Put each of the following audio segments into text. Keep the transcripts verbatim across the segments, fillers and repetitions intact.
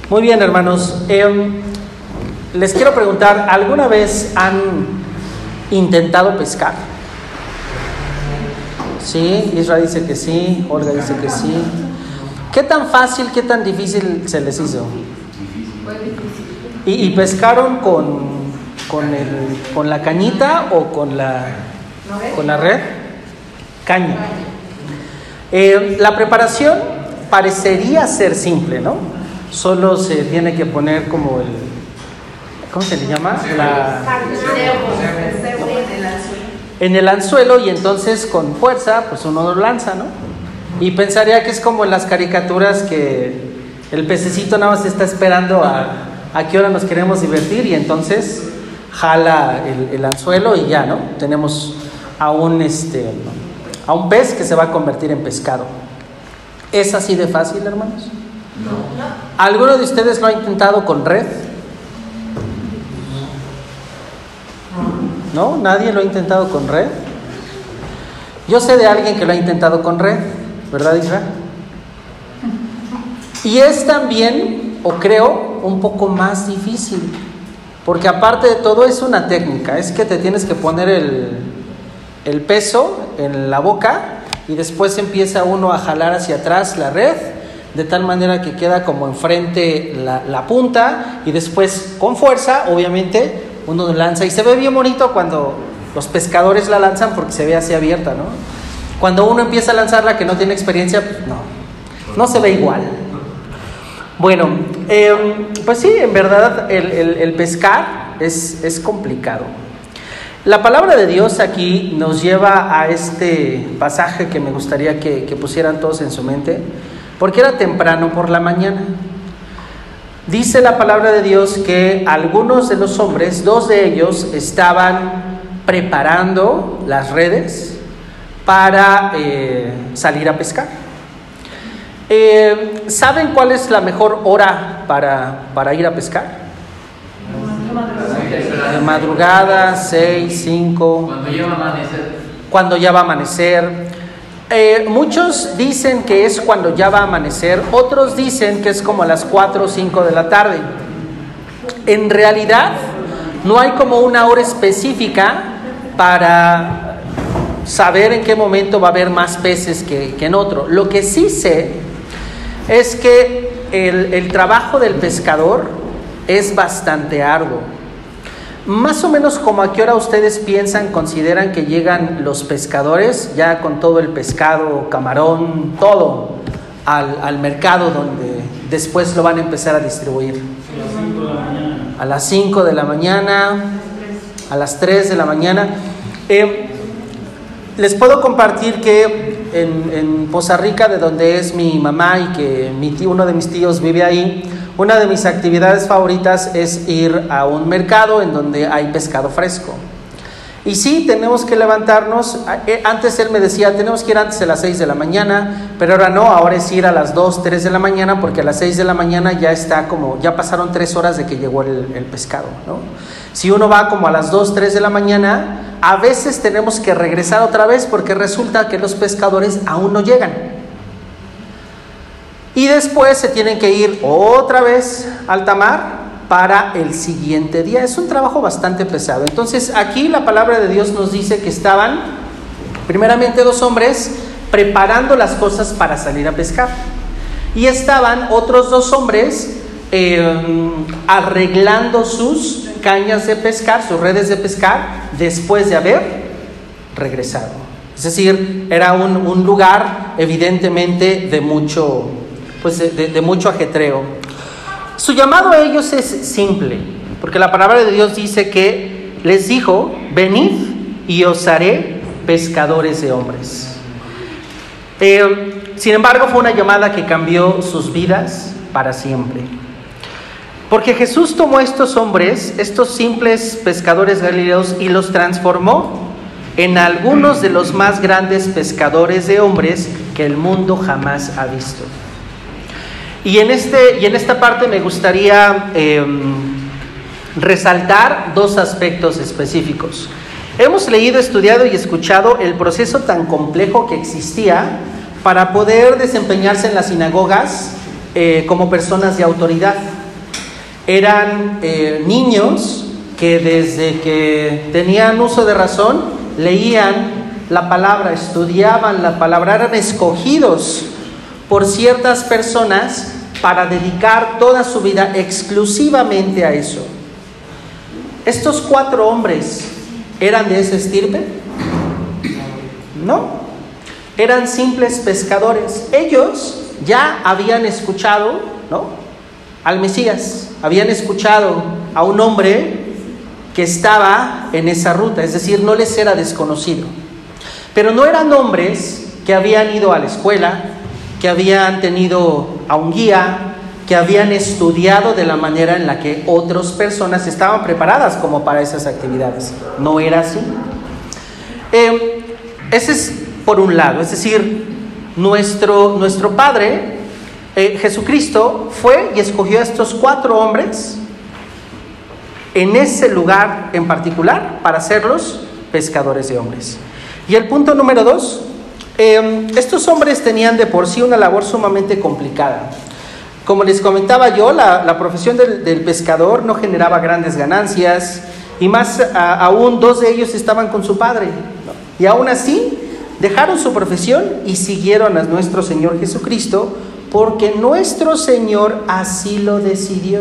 Muy bien, hermanos. Eh, les quiero preguntar, ¿alguna vez han intentado pescar? Sí, Israel dice que sí, Olga dice que sí. ¿Qué tan fácil, qué tan difícil se les hizo? ¿Y, y pescaron con, con, el, con la cañita o con la, con la red? Caña. Eh, la preparación parecería ser simple, ¿no? Solo se tiene que poner como el... ¿Cómo se le llama? La, en el anzuelo, y entonces con fuerza pues uno lo lanza, ¿no? Y pensaría que es como en las caricaturas, que el pececito nada más está esperando a, a qué hora nos queremos divertir, y entonces jala el, el anzuelo y ya, ¿no? Tenemos a un, este, a un pez que se va a convertir en pescado. ¿Es así de fácil, hermanos? No. ¿Alguno de ustedes lo ha intentado con red? ¿No? ¿Nadie lo ha intentado con red? Yo sé de alguien que lo ha intentado con red, ¿verdad, Israel? Y es también, o creo, un poco más difícil, porque aparte de todo es una técnica. Es que te tienes que poner el, el peso en la boca y después empieza uno a jalar hacia atrás la red, de tal manera que queda como enfrente la, la punta, y después con fuerza, obviamente, uno lanza, y se ve bien bonito cuando los pescadores la lanzan porque se ve así abierta, ¿no? Cuando uno empieza a lanzarla que no tiene experiencia, pues no, no se ve igual. Bueno, eh, pues sí, en verdad el, el, el pescar es, es complicado. La palabra de Dios aquí nos lleva a este pasaje que me gustaría que, que pusieran todos en su mente, porque era temprano por la mañana. Dice la palabra de Dios que algunos de los hombres, dos de ellos, estaban preparando las redes para eh, salir a pescar. Eh, ¿Saben cuál es la mejor hora para, para ir a pescar? De madrugada, seis, cinco. Cuando ya va a amanecer. Cuando ya va a amanecer. Eh, muchos dicen que es cuando ya va a amanecer, otros dicen que es como a las cuatro o cinco de la tarde. En realidad, no hay como una hora específica para saber en qué momento va a haber más peces que, que en otro. Lo que sí sé es que el, el trabajo del pescador es bastante arduo. Más o menos, como a qué hora ustedes piensan, consideran que llegan los pescadores, ya con todo el pescado, camarón, todo, al, al mercado donde después lo van a empezar a distribuir. A las cinco de la mañana, a las tres de la mañana. Eh, les puedo compartir que en, en Poza Rica, de donde es mi mamá y que mi tío, uno de mis tíos vive ahí, una de mis actividades favoritas es ir a un mercado en donde hay pescado fresco. Y sí, tenemos que levantarnos. Antes él me decía, tenemos que ir antes de las seis de la mañana, pero ahora no, ahora es ir a las dos, tres de la mañana, porque a las seis de la mañana ya está como, ya pasaron tres horas de que llegó el, el pescado, ¿no? Si uno va como a las dos, tres de la mañana, a veces tenemos que regresar otra vez porque resulta que los pescadores aún no llegan. Y después se tienen que ir otra vez al alta mar para el siguiente día. Es un trabajo bastante pesado. Entonces aquí la palabra de Dios nos dice que estaban primeramente dos hombres preparando las cosas para salir a pescar. Y estaban otros dos hombres eh, arreglando sus cañas de pescar, sus redes de pescar, después de haber regresado. Es decir, era un, un lugar evidentemente de mucho... pues de, de, de mucho ajetreo. Su llamado a ellos es simple, porque la palabra de Dios dice que les dijo: venid y os haré pescadores de hombres. Eh, sin embargo, fue una llamada que cambió sus vidas para siempre, porque Jesús tomó a estos hombres, estos simples pescadores galileos, y los transformó en algunos de los más grandes pescadores de hombres que el mundo jamás ha visto. Y en, este, y en esta parte me gustaría eh, resaltar dos aspectos específicos. Hemos leído, estudiado y escuchado el proceso tan complejo que existía para poder desempeñarse en las sinagogas eh, como personas de autoridad. Eran eh, niños que desde que tenían uso de razón leían la palabra, estudiaban la palabra, eran escogidos por ciertas personas para dedicar toda su vida exclusivamente a eso. ¿Estos cuatro hombres eran de ese estirpe? No, eran simples pescadores. Ellos ya habían escuchado, ¿no?, al Mesías, habían escuchado a un hombre que estaba en esa ruta, es decir, no les era desconocido. Pero no eran hombres que habían ido a la escuela, que habían tenido a un guía, que habían estudiado de la manera en la que otras personas estaban preparadas como para esas actividades. No era así. Eh, ese es por un lado, es decir, nuestro, nuestro Padre, eh, Jesucristo, fue y escogió a estos cuatro hombres en ese lugar en particular para hacerlos pescadores de hombres. Y el punto número dos, eh, estos hombres tenían de por sí una labor sumamente complicada. Como les comentaba yo, la, la profesión del, del pescador no generaba grandes ganancias, y más a, aún dos de ellos estaban con su padre, ¿no? Y aún así dejaron su profesión y siguieron a nuestro Señor Jesucristo, porque nuestro Señor así lo decidió.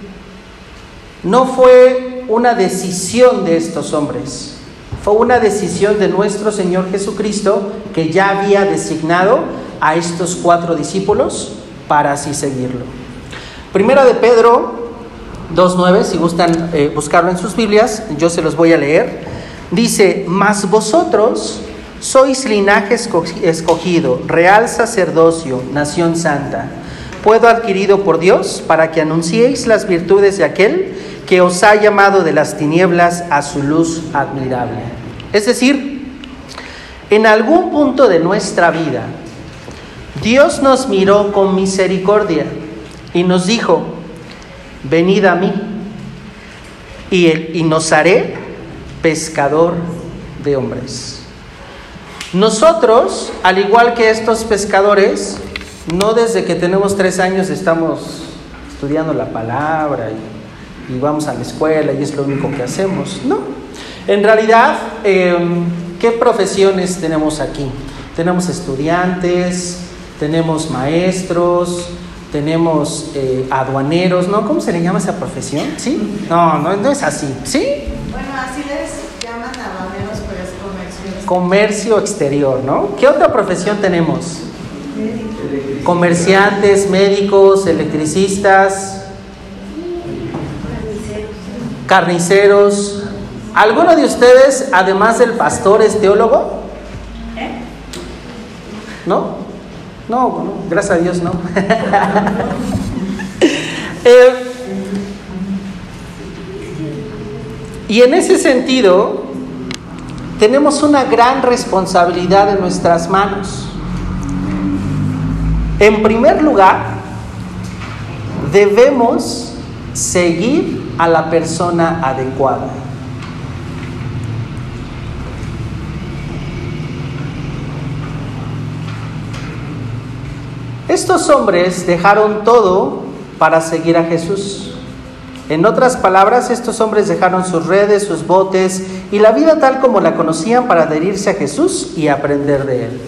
No fue una decisión de estos hombres, fue una decisión de nuestro Señor Jesucristo, que ya había designado a estos cuatro discípulos para así seguirlo. Primera de Pedro dos nueve, si gustan eh, buscarlo en sus Biblias, yo se los voy a leer. Dice: mas vosotros sois linaje escogido, real sacerdocio, nación santa, pueblo adquirido por Dios, para que anunciéis las virtudes de aquel que os ha llamado de las tinieblas a su luz admirable. Es decir, en algún punto de nuestra vida, Dios nos miró con misericordia y nos dijo: venid a mí y, el, y nos haré pescador de hombres. Nosotros, al igual que estos pescadores, no desde que tenemos tres años estamos estudiando la palabra y, y vamos a la escuela y es lo único que hacemos. No, en realidad, eh, ¿qué profesiones tenemos aquí? Tenemos estudiantes, tenemos maestros, tenemos eh, aduaneros, ¿no? ¿Cómo se le llama esa profesión? ¿Sí? No, no, no es así, ¿sí? Bueno, así les llaman aduaneros, pero es comercio exterior. Comercio exterior, ¿no? ¿Qué otra profesión tenemos? Comerciantes, médicos, electricistas, carniceros. ¿Alguno de ustedes, además del pastor, es teólogo? ¿No? No, bueno, gracias a Dios no. eh, y en ese sentido, tenemos una gran responsabilidad en nuestras manos. En primer lugar, debemos seguir a la persona adecuada. Estos hombres dejaron todo para seguir a Jesús. En otras palabras, estos hombres dejaron sus redes, sus botes y la vida tal como la conocían para adherirse a Jesús y aprender de Él.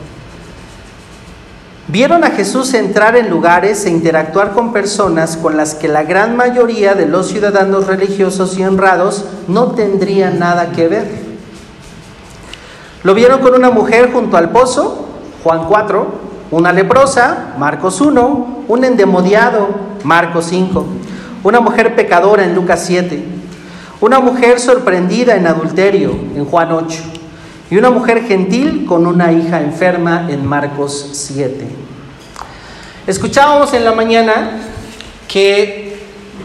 Vieron a Jesús entrar en lugares e interactuar con personas con las que la gran mayoría de los ciudadanos religiosos y honrados no tendrían nada que ver. Lo vieron con una mujer junto al pozo, Juan cuatro, una leprosa, Marcos uno, un endemoniado, Marcos cinco, una mujer pecadora en Lucas siete, una mujer sorprendida en adulterio en Juan ocho y una mujer gentil con una hija enferma en Marcos siete. Escuchábamos en la mañana que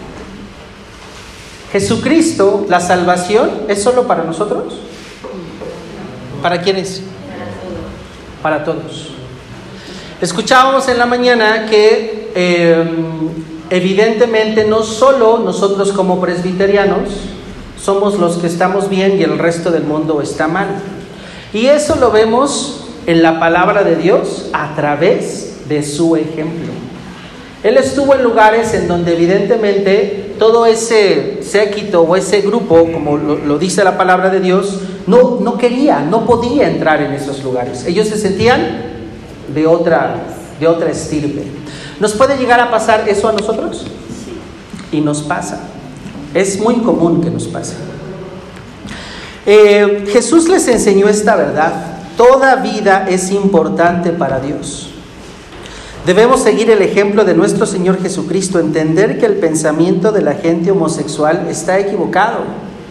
Jesucristo, la salvación, ¿es solo para nosotros? ¿Para quiénes? Para todos. Escuchábamos en la mañana que eh, evidentemente no solo nosotros como presbiterianos somos los que estamos bien y el resto del mundo está mal. Y eso lo vemos en la palabra de Dios a través de su ejemplo. Él estuvo en lugares en donde evidentemente todo ese séquito o ese grupo, como lo, lo dice la palabra de Dios, no, no quería, no podía entrar en esos lugares. Ellos se sentían de otra, de otra estirpe. ¿Nos puede llegar a pasar eso a nosotros? Y nos pasa. Es muy común que nos pase. Eh, Jesús les enseñó esta verdad. Toda vida es importante para Dios. Debemos seguir el ejemplo de nuestro Señor Jesucristo, entender que el pensamiento de la gente homosexual está equivocado,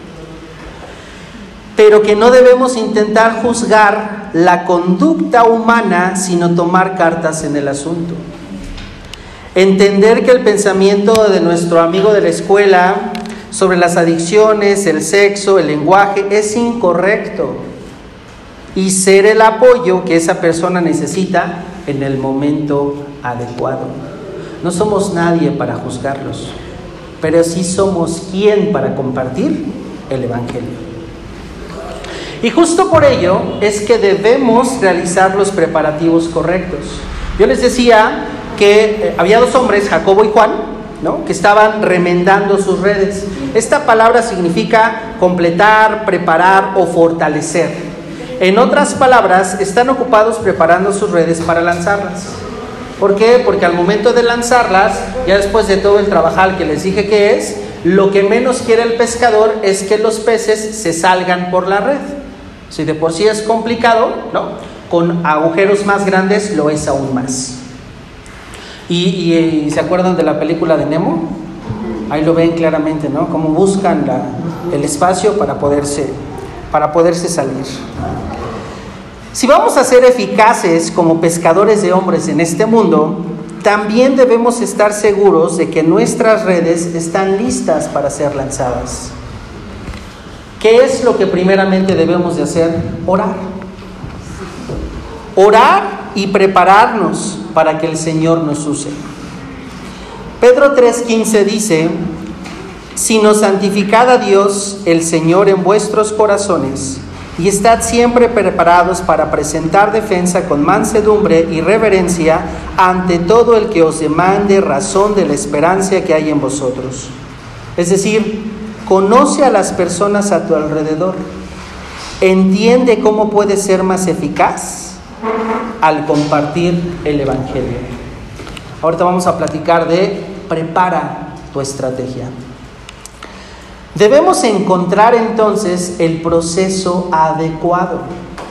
pero que no debemos intentar juzgar la conducta humana, sino tomar cartas en el asunto. Entender que el pensamiento de nuestro amigo de la escuela sobre las adicciones, el sexo, el lenguaje es incorrecto, y ser el apoyo que esa persona necesita en el momento adecuado. No somos nadie para juzgarlos, pero sí somos quien para compartir el Evangelio. Y justo por ello es que debemos realizar los preparativos correctos. Yo les decía que había dos hombres, Jacobo y Juan, ¿no?, que estaban remendando sus redes. Esta palabra significa completar, preparar o fortalecer. En otras palabras, están ocupados preparando sus redes para lanzarlas. ¿Por qué? Porque al momento de lanzarlas, ya después de todo el trabajal que les dije que es, lo que menos quiere el pescador es que los peces se salgan por la red. Si de por sí es complicado, ¿no?, con agujeros más grandes lo es aún más. ¿Y, y, y se acuerdan de la película de Nemo? Ahí lo ven claramente, ¿no?, cómo buscan la, el espacio para poderse, para poderse salir. Si vamos a ser eficaces como pescadores de hombres en este mundo, también debemos estar seguros de que nuestras redes están listas para ser lanzadas. ¿Qué es lo que primeramente debemos de hacer? Orar. Orar y prepararnos para que el Señor nos use. Pedro tres quince dice: sino santificad a Dios el Señor en vuestros corazones, y estad siempre preparados para presentar defensa con mansedumbre y reverencia ante todo el que os demande razón de la esperanza que hay en vosotros. Es decir, conoce a las personas a tu alrededor. Entiende cómo puedes ser más eficaz al compartir el Evangelio. Ahorita vamos a platicar de prepara tu estrategia. Debemos encontrar entonces el proceso adecuado.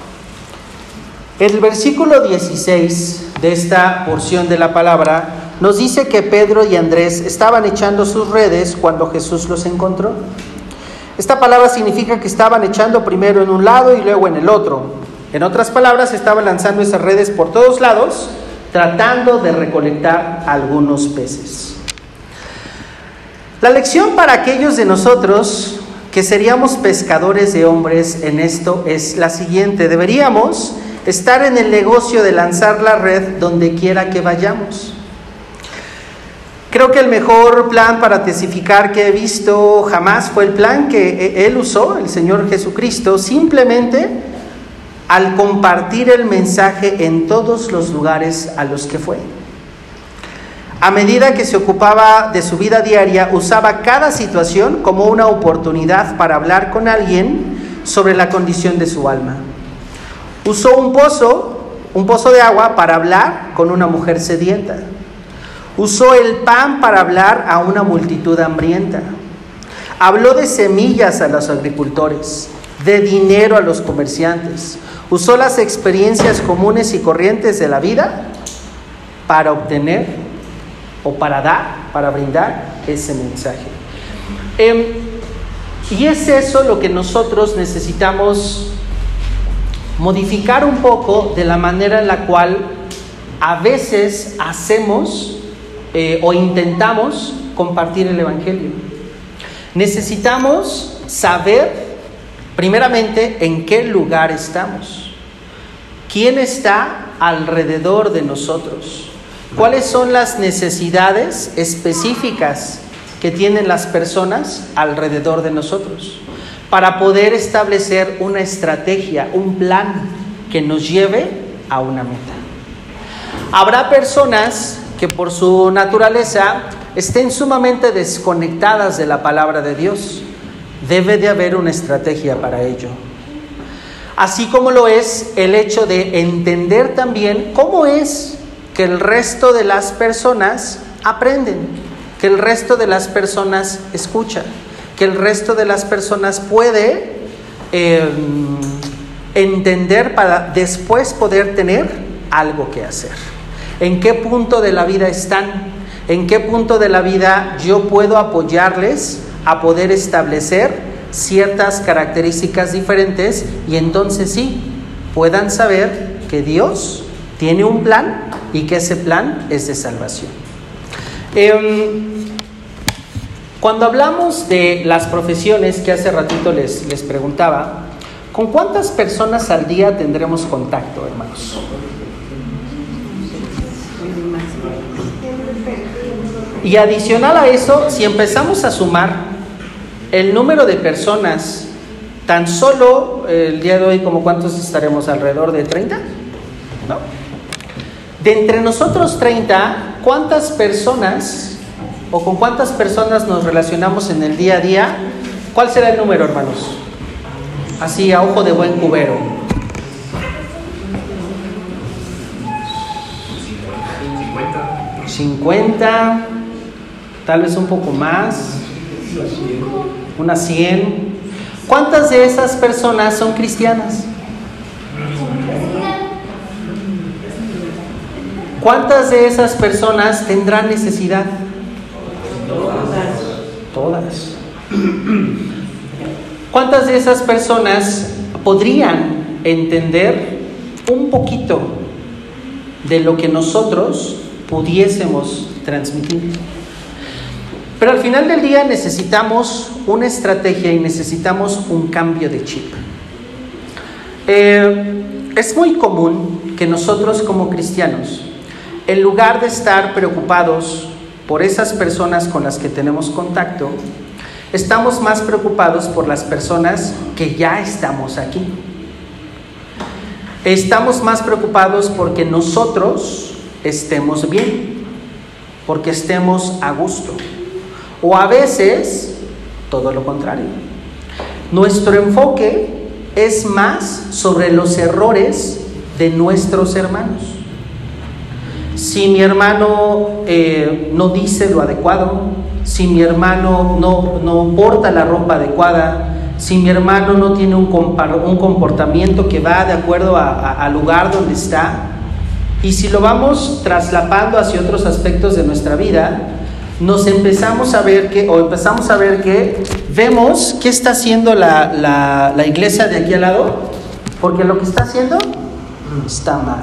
El versículo dieciséis de esta porción de la palabra nos dice que Pedro y Andrés estaban echando sus redes cuando Jesús los encontró. Esta palabra significa que estaban echando primero en un lado y luego en el otro. En otras palabras, estaban lanzando esas redes por todos lados, tratando de recolectar algunos peces. La lección para aquellos de nosotros que seríamos pescadores de hombres en esto es la siguiente: deberíamos estar en el negocio de lanzar la red donde quiera que vayamos. Creo que el mejor plan para testificar que he visto jamás fue el plan que Él usó, el Señor Jesucristo, simplemente al compartir el mensaje en todos los lugares a los que fue. A medida que se ocupaba de su vida diaria, usaba cada situación como una oportunidad para hablar con alguien sobre la condición de su alma. Usó un pozo, un pozo de agua para hablar con una mujer sedienta. Usó el pan para hablar a una multitud hambrienta. Habló de semillas a los agricultores, de dinero a los comerciantes. Usó las experiencias comunes y corrientes de la vida para obtener o para dar, para brindar ese mensaje. Eh, y es eso lo que nosotros necesitamos modificar un poco de la manera en la cual a veces hacemos eh, o intentamos compartir el Evangelio. Necesitamos saber, primeramente, en qué lugar estamos. ¿Quién está alrededor de nosotros? ¿Cuáles son las necesidades específicas que tienen las personas alrededor de nosotros? Para poder establecer una estrategia, un plan que nos lleve a una meta. Habrá personas que por su naturaleza estén sumamente desconectadas de la palabra de Dios. Debe de haber una estrategia para ello. Así como lo es el hecho de entender también cómo es que el resto de las personas aprenden, que el resto de las personas escuchan, que el resto de las personas puede eh, entender para después poder tener algo que hacer. ¿En qué punto de la vida están? ¿En qué punto de la vida yo puedo apoyarles a poder establecer ciertas características diferentes y entonces sí puedan saber que Dios tiene un plan y que ese plan es de salvación? Eh, cuando hablamos de las profesiones que hace ratito les, les preguntaba, ¿con cuántas personas al día tendremos contacto, hermanos? Y adicional a eso, si empezamos a sumar el número de personas, tan solo el día de hoy, ¿como cuántos estaremos? ¿Alrededor de treinta? ¿No? De entre nosotros treinta, ¿cuántas personas o con cuántas personas nos relacionamos en el día a día? ¿Cuál será el número, hermanos? Así, a ojo de buen cubero. cincuenta, tal vez un poco más, unas cien. ¿Cuántas de esas personas son cristianas? ¿Cuántas de esas personas tendrán necesidad? Todas. ¿Cuántas de esas personas podrían entender un poquito de lo que nosotros pudiésemos transmitir? Pero al final del día necesitamos una estrategia y necesitamos un cambio de chip. Eh, es muy común que nosotros como cristianos, en lugar de estar preocupados por esas personas con las que tenemos contacto, estamos más preocupados por las personas que ya estamos aquí. Estamos más preocupados porque nosotros estemos bien, porque estemos a gusto. O a veces, todo lo contrario. Nuestro enfoque es más sobre los errores de nuestros hermanos. Si mi hermano eh, no dice lo adecuado, si mi hermano no, no porta la ropa adecuada, si mi hermano no tiene un, compar- un comportamiento que va de acuerdo a, a, al lugar donde está, y si lo vamos traslapando hacia otros aspectos de nuestra vida, nos empezamos a ver que, o empezamos a ver que vemos qué está haciendo la, la, la iglesia de aquí al lado, porque lo que está haciendo está mal,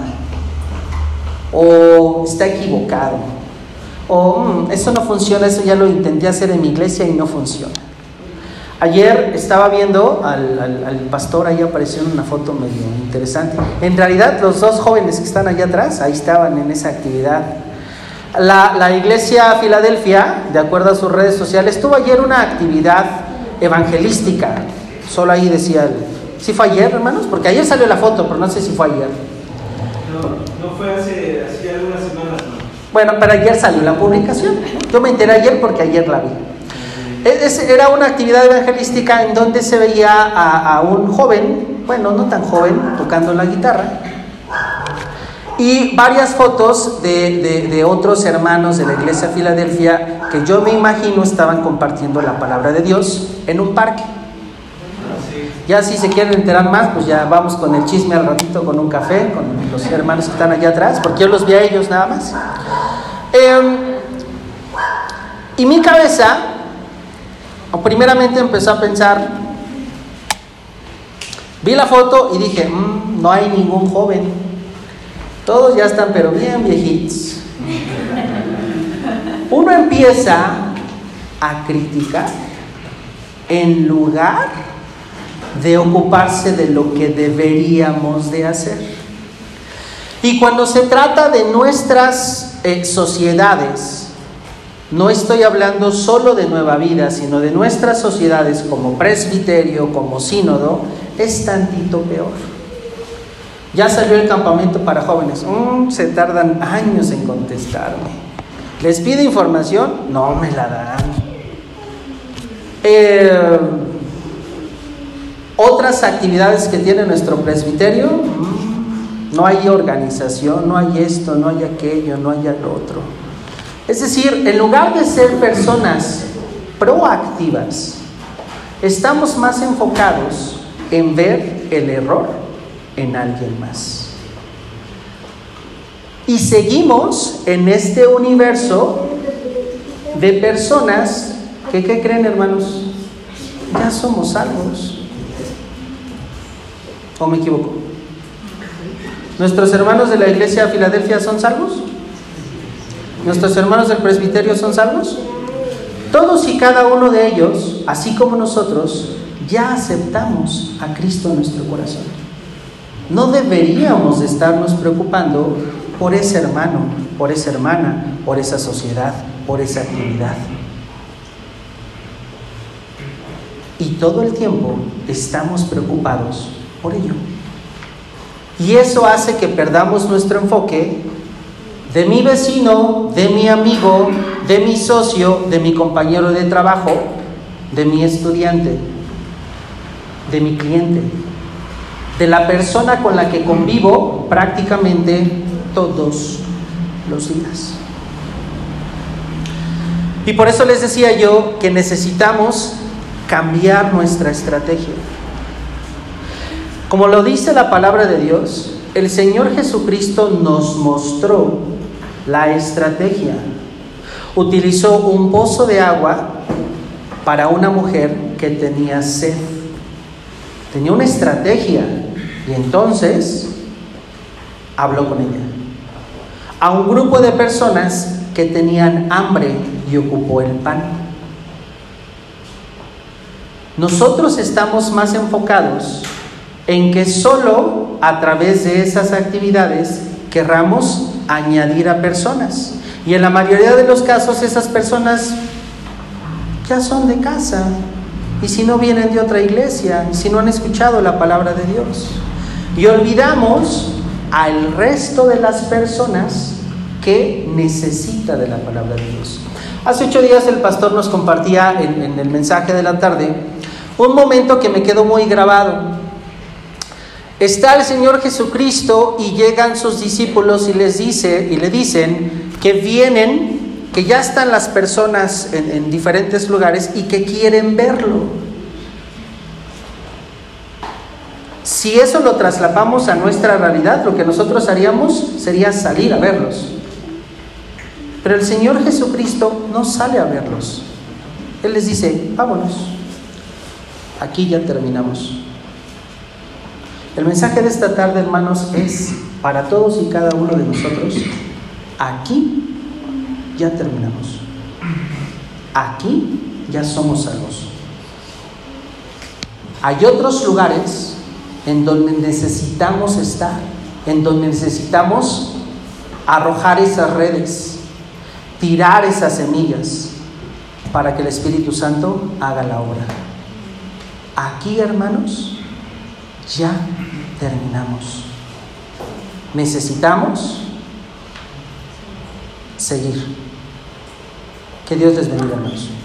o está equivocado, o mmm, eso no funciona, eso ya lo intenté hacer en mi iglesia y no funciona. Ayer estaba viendo al, al, al pastor, ahí apareció en una foto medio interesante. En realidad los dos jóvenes que están allá atrás, ahí estaban en esa actividad. La, la iglesia Filadelfia, de acuerdo a sus redes sociales, tuvo ayer una actividad evangelística. Solo ahí decía, ¿sí fue ayer, hermanos? Porque ayer salió la foto, pero no sé si fue ayer. No, no fue hace, hace algunas semanas, ¿no? Bueno, pero ayer salió la publicación. Yo me enteré ayer porque ayer la vi. Es, era una actividad evangelística en donde se veía a, a un joven, bueno, no tan joven, tocando la guitarra, y varias fotos de, de, de otros hermanos de la iglesia Filadelfia que yo me imagino estaban compartiendo la palabra de Dios en un parque. Ya si se quieren enterar más, pues ya vamos con el chisme al ratito con un café, con los hermanos que están allá atrás, porque yo los vi a ellos nada más. Eh, y mi cabeza, primeramente empezó a pensar, vi la foto y dije, mmm, no hay ningún joven. Todos ya están pero bien viejitos. Uno empieza a criticar en lugar de ocuparse de lo que deberíamos de hacer. Y cuando se trata de nuestras eh, sociedades, no estoy hablando solo de Nueva Vida, sino de nuestras sociedades como presbiterio, como sínodo, es tantito peor. Ya salió el campamento para jóvenes. Mm, se tardan años en contestarme. Les pido información, no me la dan. Eh, otras actividades que tiene nuestro presbiterio, no hay organización, no hay esto, no hay aquello, no hay lo otro. Es decir, en lugar de ser personas proactivas, estamos más enfocados en ver el error en alguien más. Y seguimos en este universo de personas que, ¿qué creen, hermanos? Ya somos salvos. ¿O me equivoco? ¿Nuestros hermanos de la iglesia de Filadelfia son salvos? ¿Nuestros hermanos del presbiterio son salvos? Todos y cada uno de ellos, así como nosotros, ya aceptamos a Cristo en nuestro corazón. No deberíamos de estarnos preocupando por ese hermano, por esa hermana, por esa sociedad, por esa actividad. Y todo el tiempo estamos preocupados por ello. Y eso hace que perdamos nuestro enfoque de mi vecino, de mi amigo, de mi socio, de mi compañero de trabajo, de mi estudiante, de mi cliente, de la persona con la que convivo prácticamente todos los días. Y por eso les decía yo que necesitamos cambiar nuestra estrategia. Como lo dice la palabra de Dios, el Señor Jesucristo nos mostró la estrategia. Utilizó un pozo de agua para una mujer que tenía sed. Tenía una estrategia y entonces habló con ella. A un grupo de personas que tenían hambre y ocupó el pan. Nosotros estamos más enfocados en que solo a través de esas actividades querramos añadir a personas. Y en la mayoría de los casos esas personas ya son de casa. Y si no vienen de otra iglesia, y si no han escuchado la palabra de Dios. Y olvidamos al resto de las personas que necesita de la palabra de Dios. Hace ocho días el pastor nos compartía en, en el mensaje de la tarde un momento que me quedó muy grabado. Está el Señor Jesucristo y llegan sus discípulos y les dice y le dicen que vienen, que ya están las personas en, en diferentes lugares y que quieren verlo. Si eso lo trasladamos a nuestra realidad, lo que nosotros haríamos sería salir a verlos. Pero el Señor Jesucristo no sale a verlos. Él les dice, vámonos. Aquí ya terminamos. El mensaje de esta tarde, hermanos, es para todos y cada uno de nosotros. Aquí ya terminamos. Aquí ya somos salvos. Hay otros lugares en donde necesitamos estar, en donde necesitamos arrojar esas redes, tirar esas semillas para que el Espíritu Santo haga la obra. Aquí, hermanos, ya terminamos. Necesitamos seguir. Que Dios les bendiga, hermanos.